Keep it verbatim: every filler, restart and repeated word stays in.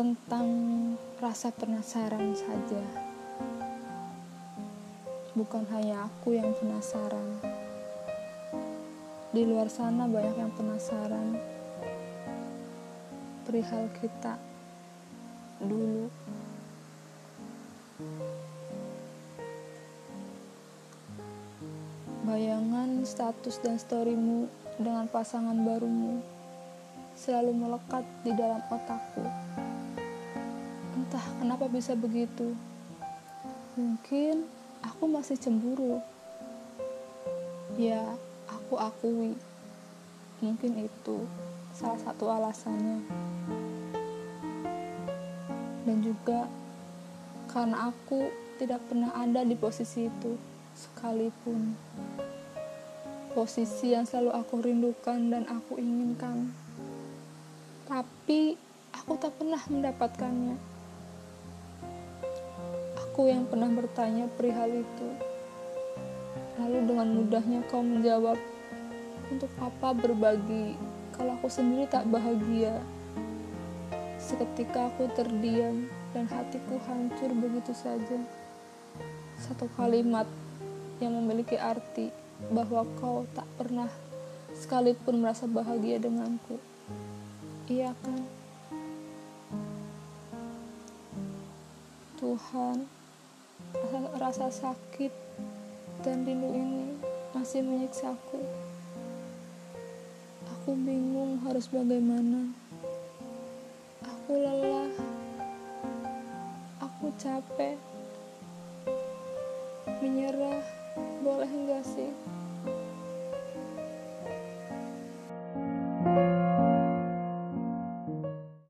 tentang rasa penasaran saja. Bukan hanya aku yang penasaran. Di luar sana banyak yang penasaran perihal kita dulu. Bayangan status dan storymu dengan pasangan barumu selalu melekat di dalam otakku. Entah kenapa bisa begitu. Mungkin aku masih cemburu. Ya, aku akui. Mungkin itu salah satu alasannya. Dan juga karena aku tidak pernah ada di posisi itu sekalipun. Posisi yang selalu aku rindukan dan aku inginkan. Tapi aku tak pernah mendapatkannya. Aku yang pernah bertanya perihal itu. Lalu dengan mudahnya kau menjawab, untuk apa berbagi kalau aku sendiri tak bahagia. Seketika aku terdiam dan hatiku hancur begitu saja. Satu kalimat yang memiliki arti bahwa kau tak pernah sekalipun merasa bahagia denganku. Iya kan? Tuhan, rasa, rasa sakit dan rindu ini masih menyiksaku. Aku bingung harus bagaimana. Aku lelah. Aku capek. Menyerah.